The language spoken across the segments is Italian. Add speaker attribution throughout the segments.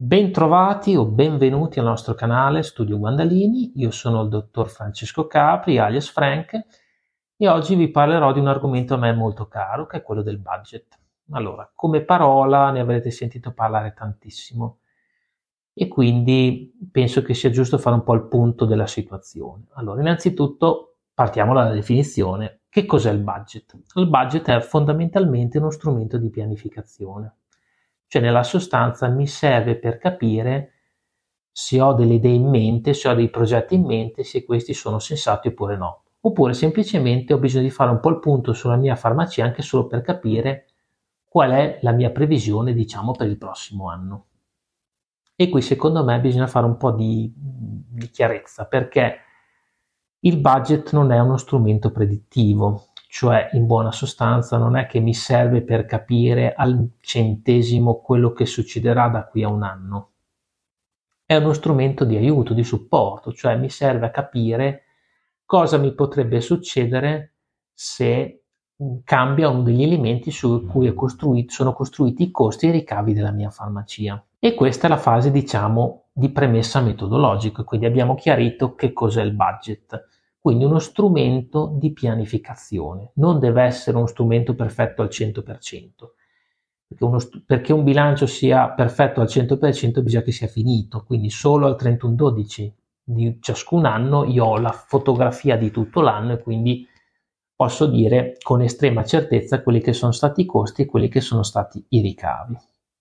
Speaker 1: Bentrovati o benvenuti al nostro canale Studio Guandalini, io sono il dottor Francesco Capri, alias Frank, e oggi vi parlerò di un argomento a me molto caro, che è quello del budget. Allora, come parola ne avrete sentito parlare tantissimo e quindi penso che sia giusto fare un po' il punto della situazione. Allora, innanzitutto partiamo dalla definizione. Che cos'è il budget? Il budget è fondamentalmente uno strumento di pianificazione. Cioè nella sostanza mi serve per capire se ho delle idee in mente, se ho dei progetti in mente, se questi sono sensati oppure no. Oppure semplicemente ho bisogno di fare un po' il punto sulla mia farmacia anche solo per capire qual è la mia previsione, diciamo, per il prossimo anno. E qui secondo me bisogna fare un po' di chiarezza, perché il budget non è uno strumento predittivo, cioè in buona sostanza non è che mi serve per capire al centesimo quello che succederà da qui a un anno. È uno strumento di aiuto, di supporto, cioè mi serve a capire cosa mi potrebbe succedere se cambia uno degli elementi su cui sono costruiti i costi e i ricavi della mia farmacia. E questa è la fase, diciamo, di premessa metodologica, quindi abbiamo chiarito che cos'è il budget. Quindi uno strumento di pianificazione, non deve essere uno strumento perfetto al 100%, perché un bilancio sia perfetto al 100% bisogna che sia finito, quindi solo al 31/12 di ciascun anno io ho la fotografia di tutto l'anno e quindi posso dire con estrema certezza quelli che sono stati i costi e quelli che sono stati i ricavi.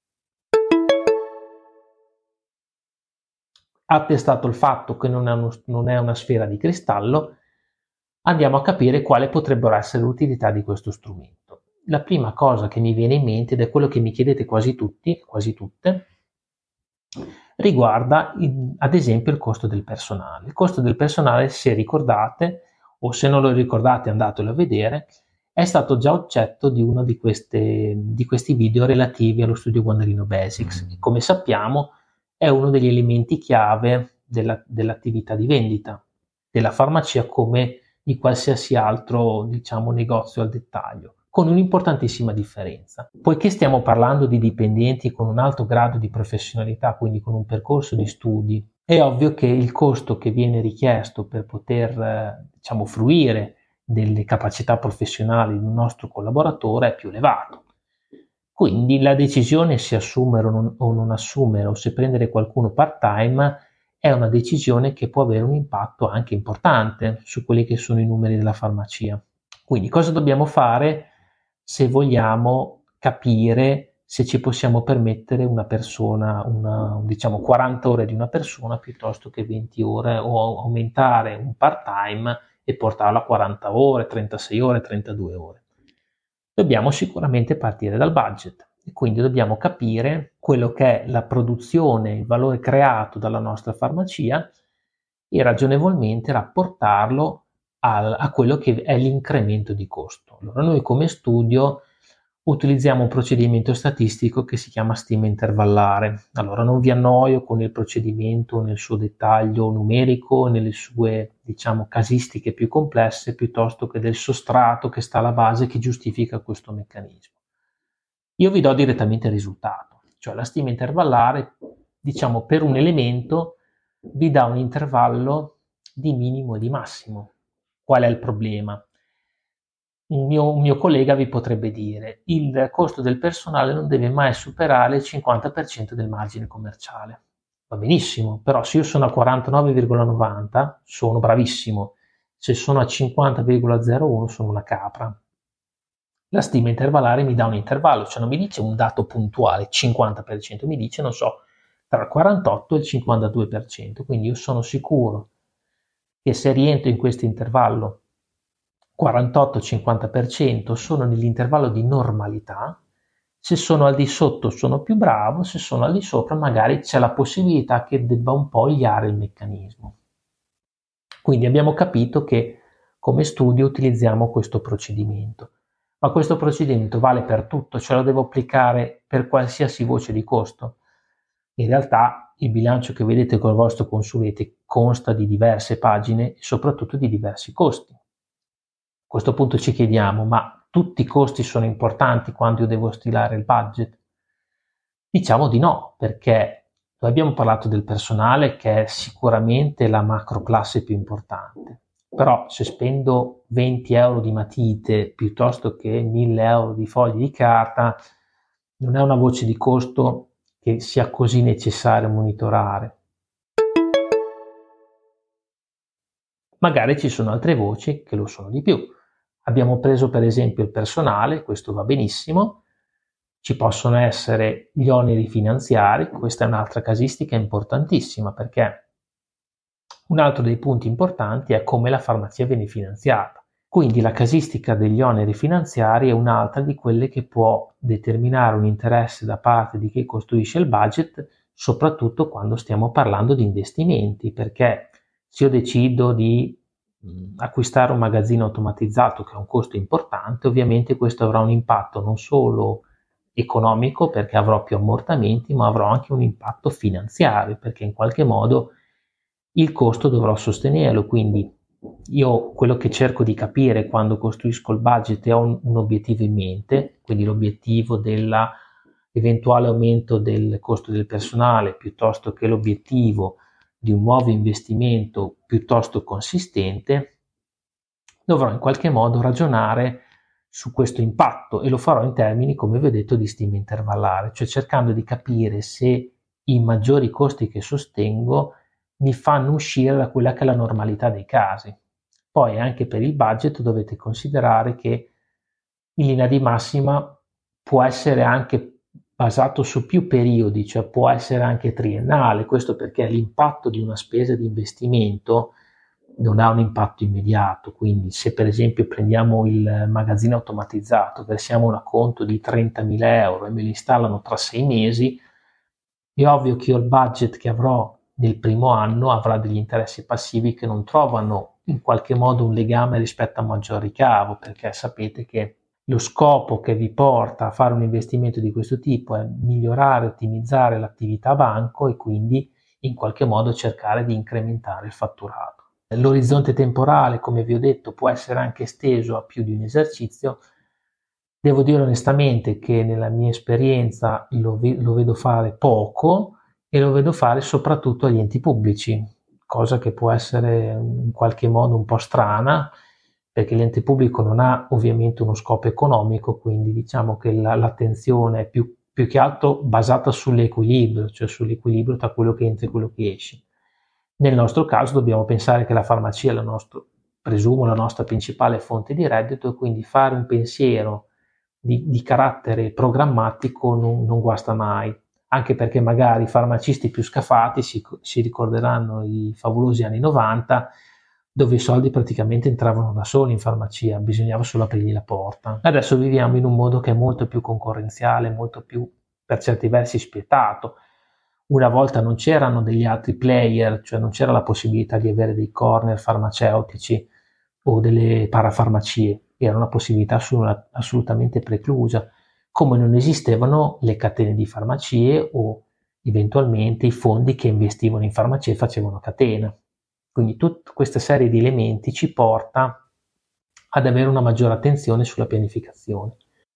Speaker 1: Attestato il fatto che non è una sfera di cristallo, andiamo a capire quale potrebbero essere l'utilità di questo strumento. La prima cosa che mi viene in mente, ed è quello che mi chiedete quasi tutti, quasi tutte, riguarda ad esempio il costo del personale. Il costo del personale, se ricordate, o se non lo ricordate andatelo a vedere, è stato già oggetto di uno di questi video relativi allo studio Guandalino Basics. Come sappiamo è uno degli elementi chiave dell'attività di vendita della farmacia come di qualsiasi altro, diciamo, negozio al dettaglio, con un'importantissima differenza. Poiché stiamo parlando di dipendenti con un alto grado di professionalità, quindi con un percorso di studi, è ovvio che il costo che viene richiesto per poter, diciamo, fruire delle capacità professionali di un nostro collaboratore è più elevato. Quindi la decisione se assumere o non assumere o se prendere qualcuno part-time è una decisione che può avere un impatto anche importante su quelli che sono i numeri della farmacia. Quindi cosa dobbiamo fare se vogliamo capire se ci possiamo permettere una persona, diciamo 40 ore di una persona piuttosto che 20 ore o aumentare un part-time e portarlo a 40 ore, 36 ore, 32 ore. Dobbiamo sicuramente partire dal budget e quindi dobbiamo capire quello che è la produzione, il valore creato dalla nostra farmacia e ragionevolmente rapportarlo a quello che è l'incremento di costo. Allora noi come studio utilizziamo un procedimento statistico che si chiama stima intervallare. Allora non vi annoio con il procedimento nel suo dettaglio numerico, nelle sue, diciamo, casistiche più complesse, piuttosto che del sostrato che sta alla base che giustifica questo meccanismo. Io vi do direttamente il risultato, cioè la stima intervallare, diciamo, per un elemento vi dà un intervallo di minimo e di massimo. Qual è il problema? Un mio collega vi potrebbe dire il costo del personale non deve mai superare il 50% del margine commerciale. Va benissimo, però se io sono a 49,90 sono bravissimo, se sono a 50,01 sono una capra. La stima intervallare mi dà un intervallo, cioè non mi dice un dato puntuale, 50%, mi dice, non so, tra il 48 e il 52%, quindi io sono sicuro che se rientro in questo intervallo 48-50% sono nell'intervallo di normalità, se sono al di sotto sono più bravo, se sono al di sopra magari c'è la possibilità che debba un po' oliare il meccanismo. Quindi abbiamo capito che come studio utilizziamo questo procedimento, ma questo procedimento vale per tutto, cioè lo devo applicare per qualsiasi voce di costo. In realtà il bilancio che vedete col vostro consulente consta di diverse pagine e soprattutto di diversi costi. A questo punto ci chiediamo, ma tutti i costi sono importanti quando io devo stilare il budget? Diciamo di no, perché Abbiamo parlato del personale, che è sicuramente la macro classe più importante, però se spendo 20 euro di matite piuttosto che 1000 euro di fogli di carta, non è una voce di costo che sia così necessario monitorare. Magari ci sono altre voci che lo sono di più. Abbiamo preso per esempio il personale, questo va benissimo. Ci possono essere gli oneri finanziari, questa è un'altra casistica importantissima, perché un altro dei punti importanti è come la farmacia viene finanziata. Quindi la casistica degli oneri finanziari è un'altra di quelle che può determinare un interesse da parte di chi costruisce il budget, soprattutto quando stiamo parlando di investimenti, perché se io decido di acquistare un magazzino automatizzato, che è un costo importante, ovviamente questo avrà un impatto non solo economico, perché avrò più ammortamenti, ma avrò anche un impatto finanziario, perché in qualche modo il costo dovrò sostenerlo. Quindi io quello che cerco di capire quando costruisco il budget è un obiettivo in mente, quindi l'obiettivo dell'eventuale aumento del costo del personale, piuttosto che l'obiettivo di un nuovo investimento piuttosto consistente. Dovrò in qualche modo ragionare su questo impatto, e lo farò in termini, come vi ho detto, di stima intervallare, cioè cercando di capire se i maggiori costi che sostengo mi fanno uscire da quella che è la normalità dei casi. Poi anche per il budget dovete considerare che in linea di massima può essere anche basato su più periodi, cioè può essere anche triennale. Questo perché l'impatto di una spesa di investimento non ha un impatto immediato. Quindi se per esempio prendiamo il magazzino automatizzato, versiamo un acconto di 30.000 euro e me lo installano tra 6 mesi, è ovvio che io il budget che avrò nel primo anno avrà degli interessi passivi che non trovano in qualche modo un legame rispetto a maggior ricavo, perché sapete che lo scopo che vi porta a fare un investimento di questo tipo è migliorare, ottimizzare l'attività banco e quindi in qualche modo cercare di incrementare il fatturato. L'orizzonte temporale, come vi ho detto, può essere anche esteso a più di un esercizio. Devo dire onestamente che nella mia esperienza lo vedo fare poco, e lo vedo fare soprattutto agli enti pubblici, cosa che può essere in qualche modo un po' strana, perché l'ente pubblico non ha ovviamente uno scopo economico, quindi diciamo che l'attenzione è più che altro basata sull'equilibrio, cioè sull'equilibrio tra quello che entra e quello che esce. Nel nostro caso dobbiamo pensare che la farmacia è presumo la nostra principale fonte di reddito, e quindi fare un pensiero di carattere programmatico non guasta mai, anche perché magari i farmacisti più scafati si ricorderanno i favolosi anni 90, dove i soldi praticamente entravano da soli in farmacia, bisognava solo aprirgli la porta. Adesso viviamo in un mondo che è molto più concorrenziale, molto più per certi versi spietato. Una volta non c'erano degli altri player, cioè non c'era la possibilità di avere dei corner farmaceutici o delle parafarmacie, era una possibilità assolutamente preclusa, come non esistevano le catene di farmacie o eventualmente i fondi che investivano in farmacie e facevano catena. Quindi tutta questa serie di elementi ci porta ad avere una maggiore attenzione sulla pianificazione.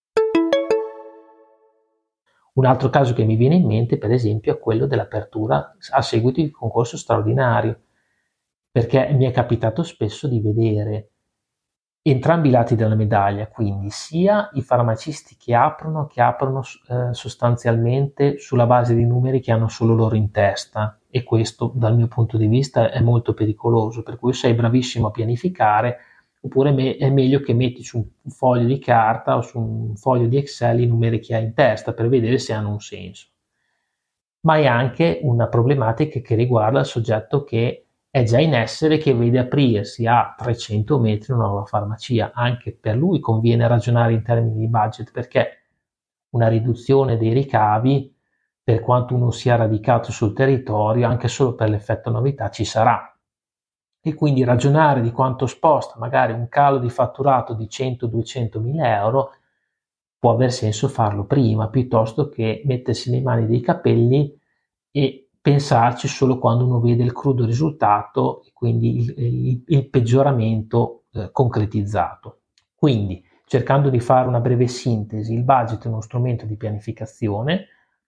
Speaker 1: Un altro caso che mi viene in mente, per esempio, è quello dell'apertura a seguito di concorso straordinario, perché mi è capitato spesso di vedere entrambi i lati della medaglia, quindi sia i farmacisti che aprono sostanzialmente sulla base di numeri che hanno solo loro in testa, e questo dal mio punto di vista è molto pericoloso, per cui sei bravissimo a pianificare, oppure è meglio che metti su un foglio di carta o su un foglio di Excel i numeri che hai in testa per vedere se hanno un senso. Ma è anche una problematica che riguarda il soggetto che è già in essere, che vede aprirsi a 300 metri una nuova farmacia. Anche per lui conviene ragionare in termini di budget, perché una riduzione dei ricavi, per quanto uno sia radicato sul territorio, anche solo per l'effetto novità ci sarà. E quindi ragionare di quanto sposta magari un calo di fatturato di 100-200 mila euro può aver senso farlo prima, piuttosto che mettersi le mani dei capelli e pensarci solo quando uno vede il crudo risultato e quindi il peggioramento concretizzato. Quindi, cercando di fare una breve sintesi, il budget è uno strumento di pianificazione,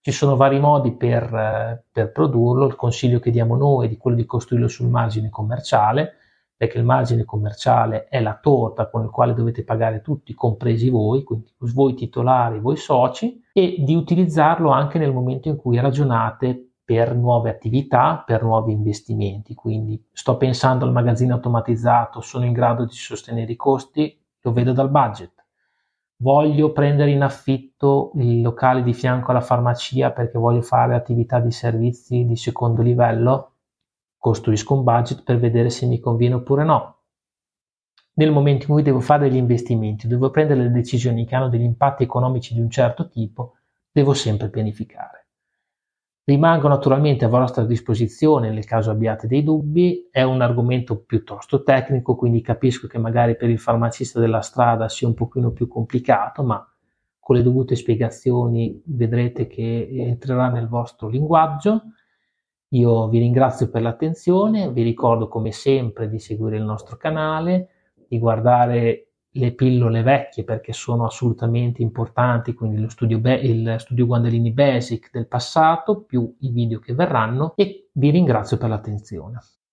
Speaker 1: Ci sono vari modi per produrlo. Il consiglio che diamo noi è quello di costruirlo sul margine commerciale, perché il margine commerciale è la torta con il quale dovete pagare tutti, compresi voi, quindi voi titolari, voi soci, e di utilizzarlo anche nel momento in cui ragionate per nuove attività, per nuovi investimenti. Quindi sto pensando al magazzino automatizzato, sono in grado di sostenere i costi, lo vedo dal budget. Voglio prendere in affitto il locale di fianco alla farmacia perché voglio fare attività di servizi di secondo livello, costruisco un budget per vedere se mi conviene oppure no. Nel momento in cui devo fare degli investimenti, devo prendere le decisioni che hanno degli impatti economici di un certo tipo, devo sempre pianificare. Rimango naturalmente a vostra disposizione nel caso abbiate dei dubbi, è un argomento piuttosto tecnico, quindi capisco che magari per il farmacista della strada sia un pochino più complicato, ma con le dovute spiegazioni vedrete che entrerà nel vostro linguaggio. Io vi ringrazio per l'attenzione, vi ricordo come sempre di seguire il nostro canale, di guardare le pillole vecchie perché sono assolutamente importanti, quindi il studio Guandalini Basic del passato più i video che verranno, e vi ringrazio per l'attenzione.